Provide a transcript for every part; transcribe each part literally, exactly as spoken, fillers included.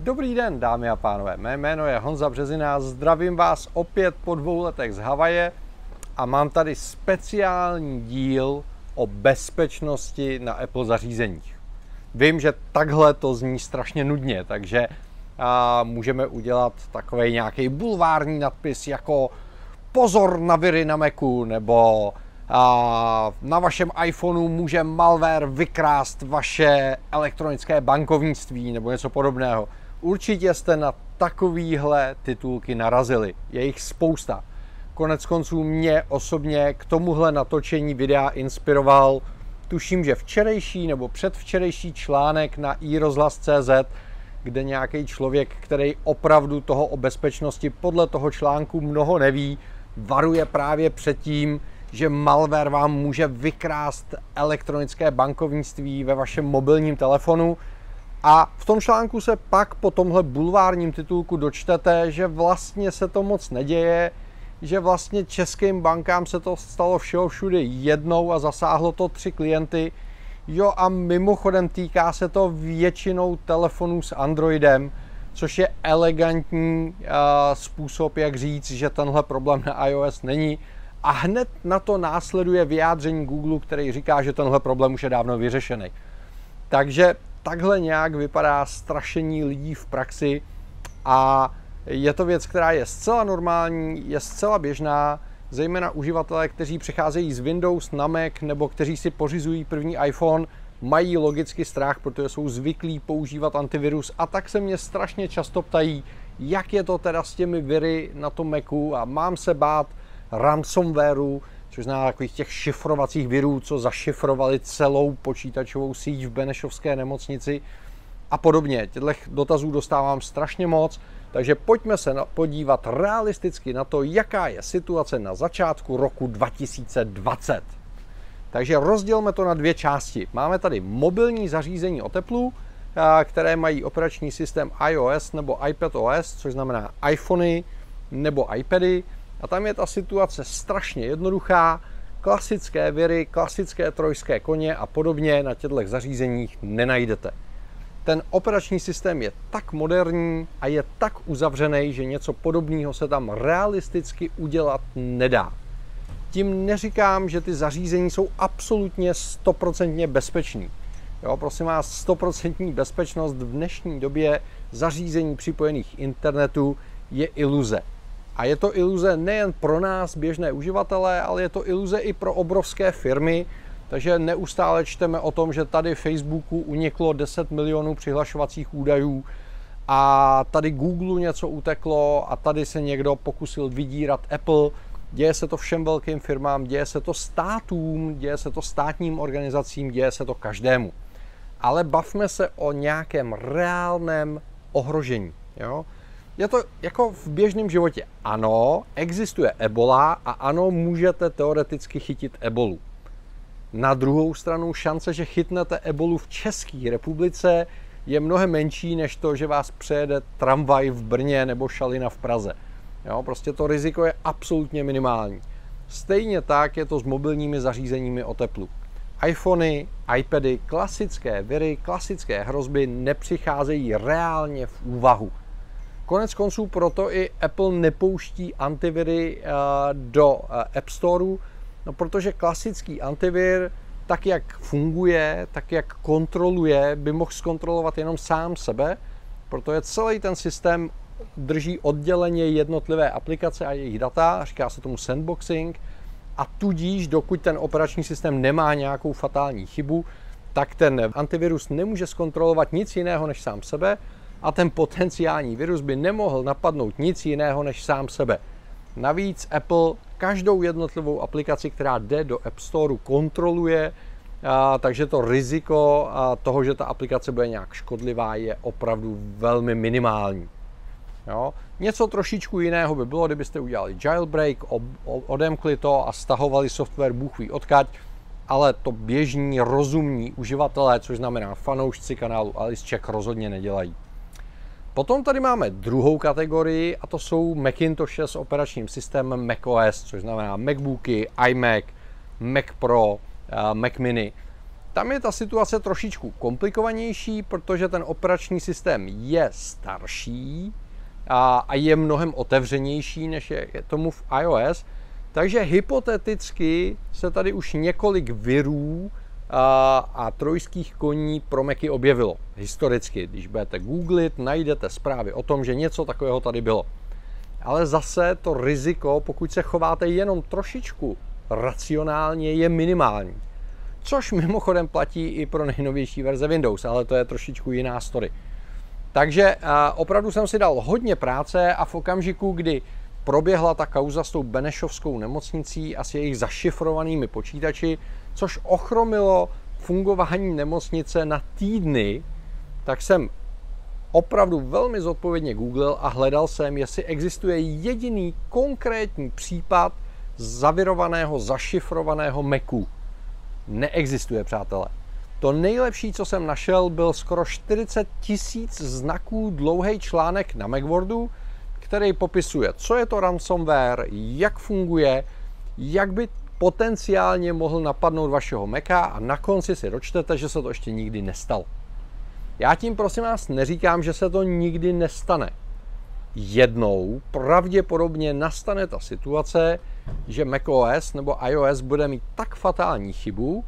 Dobrý den, dámy a pánové, mé jméno je Honza Březina, zdravím vás opět po dvou letech z Havaje a mám tady speciální díl o bezpečnosti na Apple zařízeních. Vím, že takhle to zní strašně nudně, takže a, můžeme udělat takový nějaký bulvární nadpis jako pozor na viry na Macu, nebo a, na vašem iPhoneu může malware vykrást vaše elektronické bankovnictví nebo něco podobného. Určitě jste na takovýhle titulky narazili. Je jich spousta. Konec konců mě osobně k tomuhle natočení videa inspiroval, tuším, že včerejší nebo předvčerejší článek na i rozhlas tečka cé zet, kde nějaký člověk, který opravdu toho o bezpečnosti podle toho článku mnoho neví, varuje právě před tím, že malware vám může vykrást elektronické bankovnictví ve vašem mobilním telefonu. A v tom článku se pak po tomhle bulvárním titulku dočtete, že vlastně se to moc neděje, že vlastně českým bankám se to stalo všeho všude jednou a zasáhlo to tři klienty. Jo, a mimochodem týká se to většinou telefonů s Androidem, což je elegantní uh, způsob, jak říct, že tenhle problém na iOS není. A hned na to následuje vyjádření Google, který říká, že tenhle problém už je dávno vyřešený. Takže takhle nějak vypadá strašení lidí v praxi a je to věc, která je zcela normální, je zcela běžná, zejména uživatelé, kteří přecházejí z Windows na Mac nebo kteří si pořizují první iPhone, mají logicky strach, protože jsou zvyklí používat antivirus a tak se mě strašně často ptají, jak je to teda s těmi viry na tom Macu a mám se bát ransomwareu, což znamená takových těch šifrovacích virů, co zašifrovali celou počítačovou síť v Benešovské nemocnici a podobně. Těchto dotazů dostávám strašně moc, takže pojďme se podívat realisticky na to, jaká je situace na začátku roku dva tisíce dvacet. Takže rozdělme to na dvě části. Máme tady mobilní zařízení od Apple, které mají operační systém iOS nebo iPadOS, což znamená iPhony nebo iPady. A tam je ta situace strašně jednoduchá. Klasické viry, klasické trojské koně a podobně na těchto zařízeních nenajdete. Ten operační systém je tak moderní a je tak uzavřený, že něco podobného se tam realisticky udělat nedá. Tím neříkám, že ty zařízení jsou absolutně stoprocentně bezpečný. Jo, prosím vás, stoprocentní bezpečnost v dnešní době zařízení připojených internetu je iluze. A je to iluze nejen pro nás, běžné uživatele, ale je to iluze i pro obrovské firmy. Takže neustále čteme o tom, že tady Facebooku uniklo deset milionů přihlašovacích údajů a tady Google něco uteklo a tady se někdo pokusil vydírat Apple. Děje se to všem velkým firmám, děje se to státům, děje se to státním organizacím, děje se to každému. Ale bavme se o nějakém reálném ohrožení. Jo? Je to jako v běžném životě. Ano, existuje ebola a ano, můžete teoreticky chytit ebolu. Na druhou stranu šance, že chytnete ebolu v České republice, je mnohem menší než to, že vás přejede tramvaj v Brně nebo šalina v Praze. Jo, prostě to riziko je absolutně minimální. Stejně tak je to s mobilními zařízeními od Apple. iPhony, iPady, klasické viry, klasické hrozby nepřicházejí reálně v úvahu. Konec konců proto i Apple nepouští antiviry do App Storeu, no protože klasický antivir, tak jak funguje, tak jak kontroluje, by mohl zkontrolovat jenom sám sebe, protože celý ten systém drží odděleně jednotlivé aplikace a jejich data, říká se tomu sandboxing, a tudíž, dokud ten operační systém nemá nějakou fatální chybu, tak ten antivirus nemůže zkontrolovat nic jiného než sám sebe a ten potenciální virus by nemohl napadnout nic jiného než sám sebe. Navíc Apple každou jednotlivou aplikaci, která jde do App Storeu, kontroluje, a, takže to riziko a, toho, že ta aplikace bude nějak škodlivá, je opravdu velmi minimální. Jo? Něco trošičku jiného by bylo, kdybyste udělali jailbreak, ob, odemkli to a stahovali software bůh ví odkud, ale to běžní, rozumní uživatelé, což znamená fanoušci kanálu Alice Check, rozhodně nedělají. Potom tady máme druhou kategorii a to jsou Macintoshe s operačním systémem macOS, což znamená MacBooky, iMac, Mac Pro, Mac Mini. Tam je ta situace trošičku komplikovanější, protože ten operační systém je starší a, a je mnohem otevřenější, než je, je tomu v iOS. Takže hypoteticky se tady už několik virů a, a trojských koní pro Macy objevilo. Historicky, když budete googlit, najdete zprávy o tom, že něco takového tady bylo. Ale zase to riziko, pokud se chováte jenom trošičku racionálně, je minimální. Což mimochodem platí i pro nejnovější verze Windows, ale to je trošičku jiná story. Takže opravdu jsem si dal hodně práce a v okamžiku, kdy proběhla ta kauza s tou Benešovskou nemocnicí a s jejich zašifrovanými počítači, což ochromilo fungování nemocnice na týdny, tak jsem opravdu velmi zodpovědně googlil a hledal jsem, jestli existuje jediný konkrétní případ zavirovaného, zašifrovaného Macu. Neexistuje, přátelé. To nejlepší, co jsem našel, byl skoro čtyřicet tisíc znaků dlouhý článek na Macworldu, který popisuje, co je to ransomware, jak funguje, jak by potenciálně mohl napadnout vašeho Maca a na konci si dočtete, že se to ještě nikdy nestalo. Já tím prosím vás neříkám, že se to nikdy nestane. Jednou pravděpodobně nastane ta situace, že macOS nebo iOS bude mít tak fatální chybu,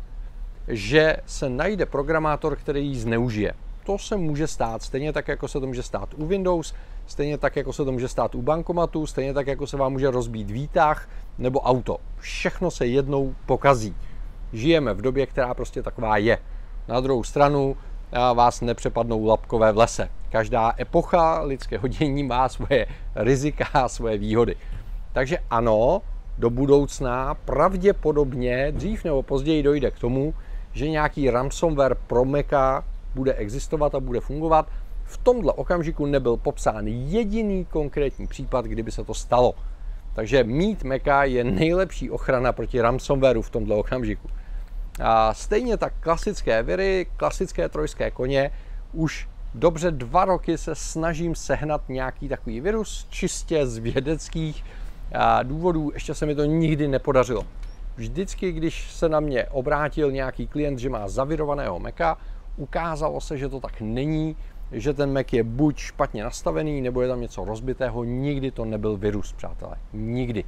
že se najde programátor, který ji zneužije. To se může stát, stejně tak, jako se to může stát u Windows, stejně tak, jako se to může stát u bankomatu, stejně tak, jako se vám může rozbít výtah nebo auto. Všechno se jednou pokazí. Žijeme v době, která prostě taková je. Na druhou stranu vás nepřepadnou lapkové v lese. Každá epocha lidského dění má svoje rizika a svoje výhody. Takže ano, do budoucna pravděpodobně dřív nebo později dojde k tomu, že nějaký ransomware pro Maca bude existovat a bude fungovat. V tomhle okamžiku nebyl popsán jediný konkrétní případ, kdyby se to stalo. Takže mít Maca je nejlepší ochrana proti ransomwareu v tomhle okamžiku. A stejně tak klasické viry, klasické trojské koně, už dobře dva roky se snažím sehnat nějaký takový virus, čistě z vědeckých důvodů, ještě se mi to nikdy nepodařilo. Vždycky, když se na mě obrátil nějaký klient, že má zavirovaného Maca, ukázalo se, že to tak není, že ten Mac je buď špatně nastavený, nebo je tam něco rozbitého. Nikdy to nebyl virus, přátelé. Nikdy.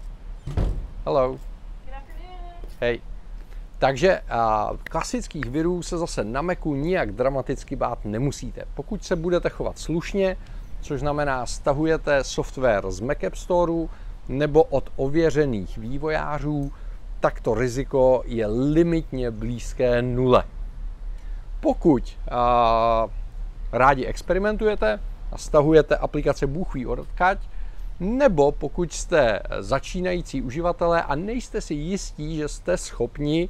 Hello. Hej. Takže a, klasických virů se zase na Macu nijak dramaticky bát nemusíte. Pokud se budete chovat slušně, což znamená stahujete software z Mac App Storeu nebo od ověřených vývojářů, tak to riziko je limitně blízké nule. Pokud a, rádi experimentujete a stahujete aplikace bůh ví odkud, nebo pokud jste začínající uživatelé a nejste si jistí, že jste schopni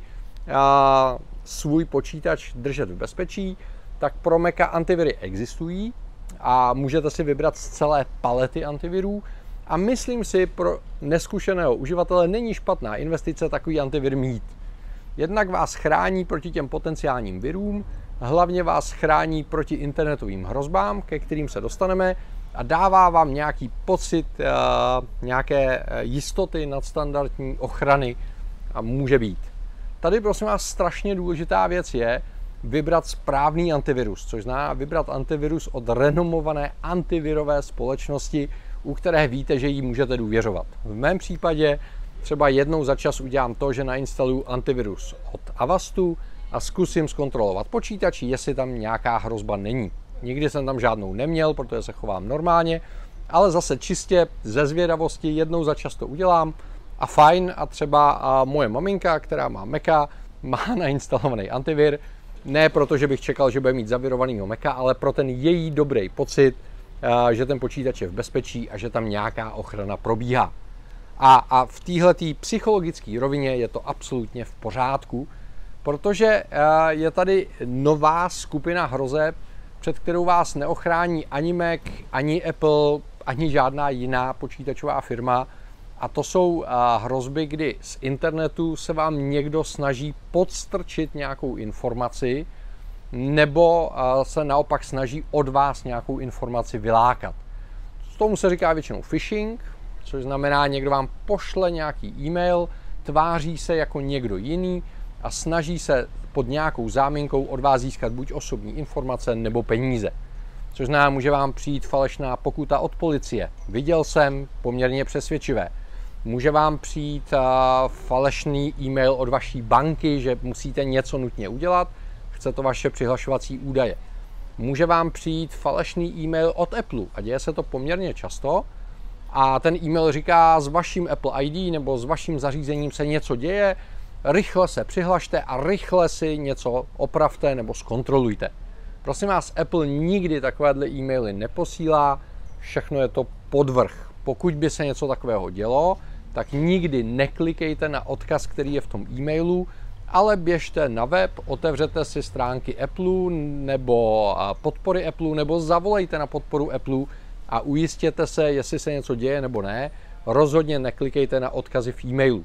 a, svůj počítač držet v bezpečí, tak pro Maca antiviry existují a můžete si vybrat z celé palety antivirů. A myslím si, pro neskušeného uživatele není špatná investice takový antivir mít. Jednak vás chrání proti těm potenciálním virům, hlavně vás chrání proti internetovým hrozbám, ke kterým se dostaneme, a dává vám nějaký pocit uh, nějaké jistoty, nadstandardní ochrany a může být. Tady prosím vás strašně důležitá věc je vybrat správný antivirus, což znamená vybrat antivirus od renomované antivirové společnosti, u které víte, že jí můžete důvěřovat. V mém případě třeba jednou za čas udělám to, že nainstaluju antivirus od Avastu a zkusím zkontrolovat počítač, jestli tam nějaká hrozba není. Nikdy jsem tam žádnou neměl, protože se chovám normálně, ale zase čistě ze zvědavosti jednou za čas to udělám a fajn. A třeba a moje maminka, která má Maca, má nainstalovaný antivir, ne proto, že bych čekal, že bude mít zavirovanýho Maca, ale pro ten její dobrý pocit, že ten počítač je v bezpečí a že tam nějaká ochrana probíhá. A, a v téhletý psychologické rovině je to absolutně v pořádku, protože je tady nová skupina hrozeb, před kterou vás neochrání ani Mac, ani Apple, ani žádná jiná počítačová firma. A to jsou hrozby, kdy z internetu se vám někdo snaží podstrčit nějakou informaci, nebo se naopak snaží od vás nějakou informaci vylákat. Tomu se říká většinou phishing, což znamená, někdo vám pošle nějaký e-mail, tváří se jako někdo jiný, a snaží se pod nějakou záminkou od vás získat buď osobní informace nebo peníze. Což znamená, může vám přijít falešná pokuta od policie. Viděl jsem, poměrně přesvědčivé. Může vám přijít uh, falešný e-mail od vaší banky, že musíte něco nutně udělat, chce to vaše přihlašovací údaje. Může vám přijít falešný e-mail od Apple a děje se to poměrně často. A ten e-mail říká, s vaším Apple I D nebo s vaším zařízením se něco děje, rychle se přihlašte a rychle si něco opravte nebo zkontrolujte. Prosím vás, Apple nikdy takovéhle e-maily neposílá, všechno je to podvrh. Pokud by se něco takového dělo, tak nikdy neklikejte na odkaz, který je v tom e-mailu, ale běžte na web, otevřete si stránky Apple nebo podpory Apple, nebo zavolejte na podporu Apple a ujistěte se, jestli se něco děje nebo ne. Rozhodně neklikejte na odkazy v e-mailu.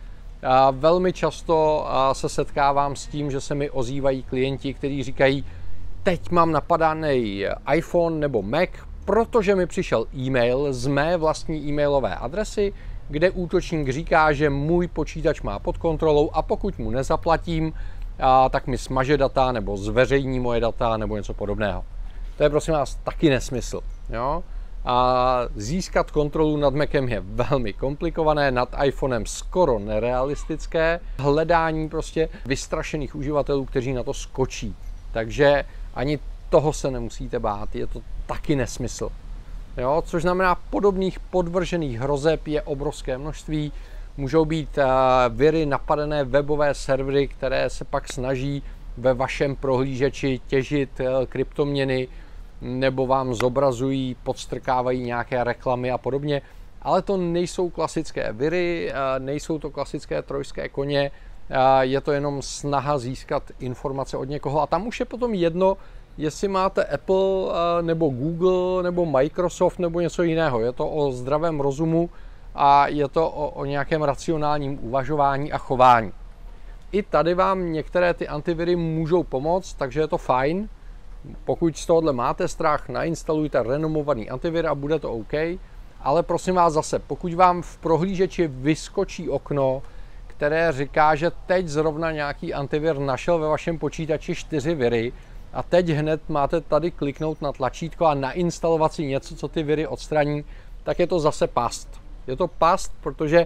A velmi často se setkávám s tím, že se mi ozývají klienti, kteří říkají, teď mám napadaný iPhone nebo Mac, protože mi přišel e-mail z mé vlastní e-mailové adresy, kde útočník říká, že můj počítač má pod kontrolou a pokud mu nezaplatím, tak mi smaže data nebo zveřejní moje data nebo něco podobného. To je prosím vás taky nesmysl. Jo? A získat kontrolu nad Macem je velmi komplikované, nad iPhonem skoro nerealistické. Hledání prostě vystrašených uživatelů, kteří na to skočí. Takže ani toho se nemusíte bát, je to taky nesmysl. Jo? Což znamená, podobných podvržených hrozeb je obrovské množství. Můžou být viry napadené webové servery, které se pak snaží ve vašem prohlížeči těžit kryptoměny, nebo vám zobrazují, podstrkávají nějaké reklamy a podobně. Ale to nejsou klasické viry, nejsou to klasické trojské koně, je to jenom snaha získat informace od někoho. A tam už je potom jedno, jestli máte Apple nebo Google nebo Microsoft nebo něco jiného. Je to o zdravém rozumu a je to o, o nějakém racionálním uvažování a chování. I tady vám některé ty antiviry můžou pomoct, takže je to fajn. Pokud z tohohle máte strach, nainstalujte renomovaný antivir a bude to OK. Ale prosím vás zase, pokud vám v prohlížeči vyskočí okno, které říká, že teď zrovna nějaký antivir našel ve vašem počítači čtyři viry a teď hned máte tady kliknout na tlačítko a nainstalovat si něco, co ty viry odstraní, tak je to zase past. Je to past, protože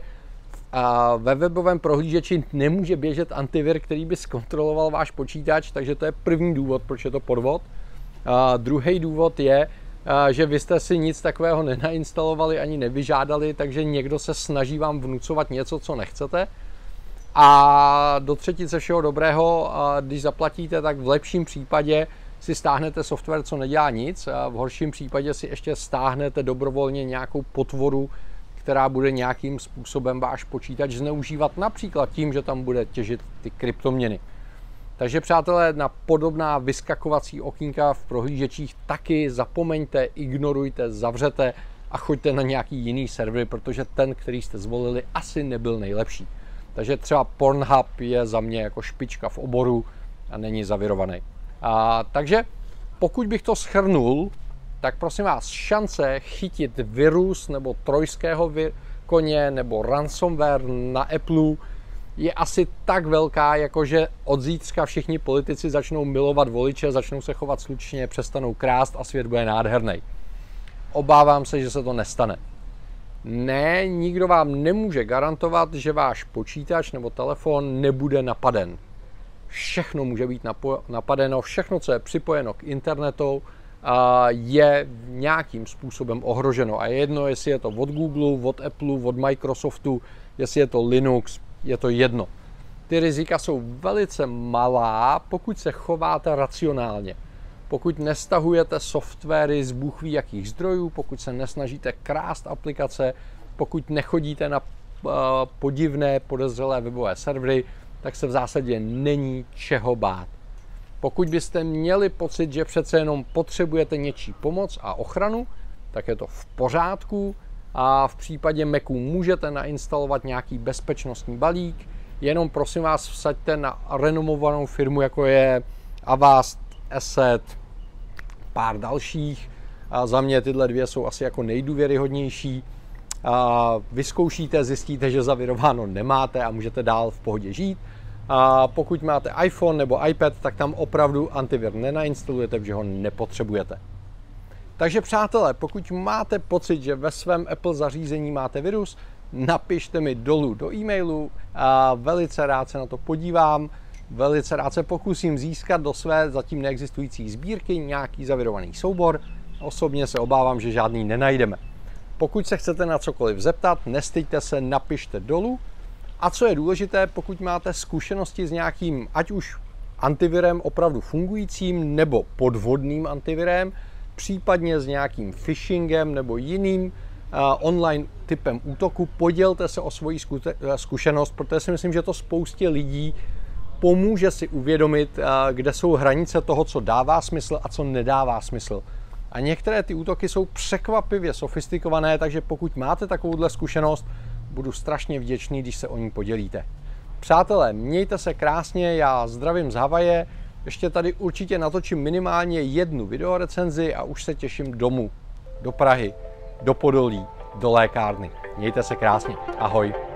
ve webovém prohlížeči nemůže běžet antivir, který by zkontroloval váš počítač, takže to je první důvod, proč je to podvod. A druhý důvod je, že vy jste si nic takového nenainstalovali ani nevyžádali, takže někdo se snaží vám vnucovat něco, co nechcete. A do třetice všeho dobrého, když zaplatíte, tak v lepším případě si stáhnete software, co nedělá nic, a v horším případě si ještě stáhnete dobrovolně nějakou potvoru, která bude nějakým způsobem váš počítač zneužívat, například tím, že tam bude těžit ty kryptoměny. Takže přátelé, na podobná vyskakovací okýnka v prohlížečích taky zapomeňte, ignorujte, zavřete a choďte na nějaký jiný server, protože ten, který jste zvolili, asi nebyl nejlepší. Takže třeba Pornhub je za mě jako špička v oboru a není zavirovaný. A, takže pokud bych to shrnul, tak prosím vás, šance chytit virus nebo trojského koně nebo ransomware na Apple je asi tak velká, jako že od zítřka všichni politici začnou milovat voliče, začnou se chovat slušně, přestanou krást a svět bude nádherný. Obávám se, že se to nestane. Ne, nikdo vám nemůže garantovat, že váš počítač nebo telefon nebude napaden. Všechno může být napadeno, všechno, co je připojeno k internetu, je nějakým způsobem ohroženo. A je jedno, jestli je to od Google, od Apple, od Microsoftu, jestli je to Linux, je to jedno. Ty rizika jsou velice malá, pokud se chováte racionálně. Pokud nestahujete softwary z bůh ví jakých zdrojů, pokud se nesnažíte krást aplikace, pokud nechodíte na podivné podezřelé webové servery, tak se v zásadě není čeho bát. Pokud byste měli pocit, že přece jenom potřebujete něčí pomoc a ochranu, tak je to v pořádku a v případě Macu můžete nainstalovat nějaký bezpečnostní balík, jenom prosím vás vsaďte na renomovanou firmu, jako je Avast, Asset, pár dalších. A za mě tyhle dvě jsou asi jako nejdůvěryhodnější. A vyzkoušíte, zjistíte, že zavirováno nemáte a můžete dál v pohodě žít. A pokud máte iPhone nebo iPad, tak tam opravdu antivir nenainstalujete, protože ho nepotřebujete. Takže přátelé, pokud máte pocit, že ve svém Apple zařízení máte virus, napište mi dolů do e-mailu a velice rád se na to podívám. Velice rád se pokusím získat do své zatím neexistující sbírky nějaký zavirovaný soubor. Osobně se obávám, že žádný nenajdeme. Pokud se chcete na cokoliv zeptat, nestyďte se, napište dolů. A co je důležité, pokud máte zkušenosti s nějakým, ať už antivirem opravdu fungujícím, nebo podvodným antivirem, případně s nějakým phishingem nebo jiným uh, online typem útoku, podělte se o svoji zkušenost, protože si myslím, že to spoustě lidí pomůže si uvědomit, uh, kde jsou hranice toho, co dává smysl a co nedává smysl. A některé ty útoky jsou překvapivě sofistikované, takže pokud máte takovouhle zkušenost, budu strašně vděčný, když se o ní podělíte. Přátelé, mějte se krásně, já zdravím z Havaje, ještě tady určitě natočím minimálně jednu videorecenzi a už se těším domů, do Prahy, do Podolí, do lékárny. Mějte se krásně, ahoj.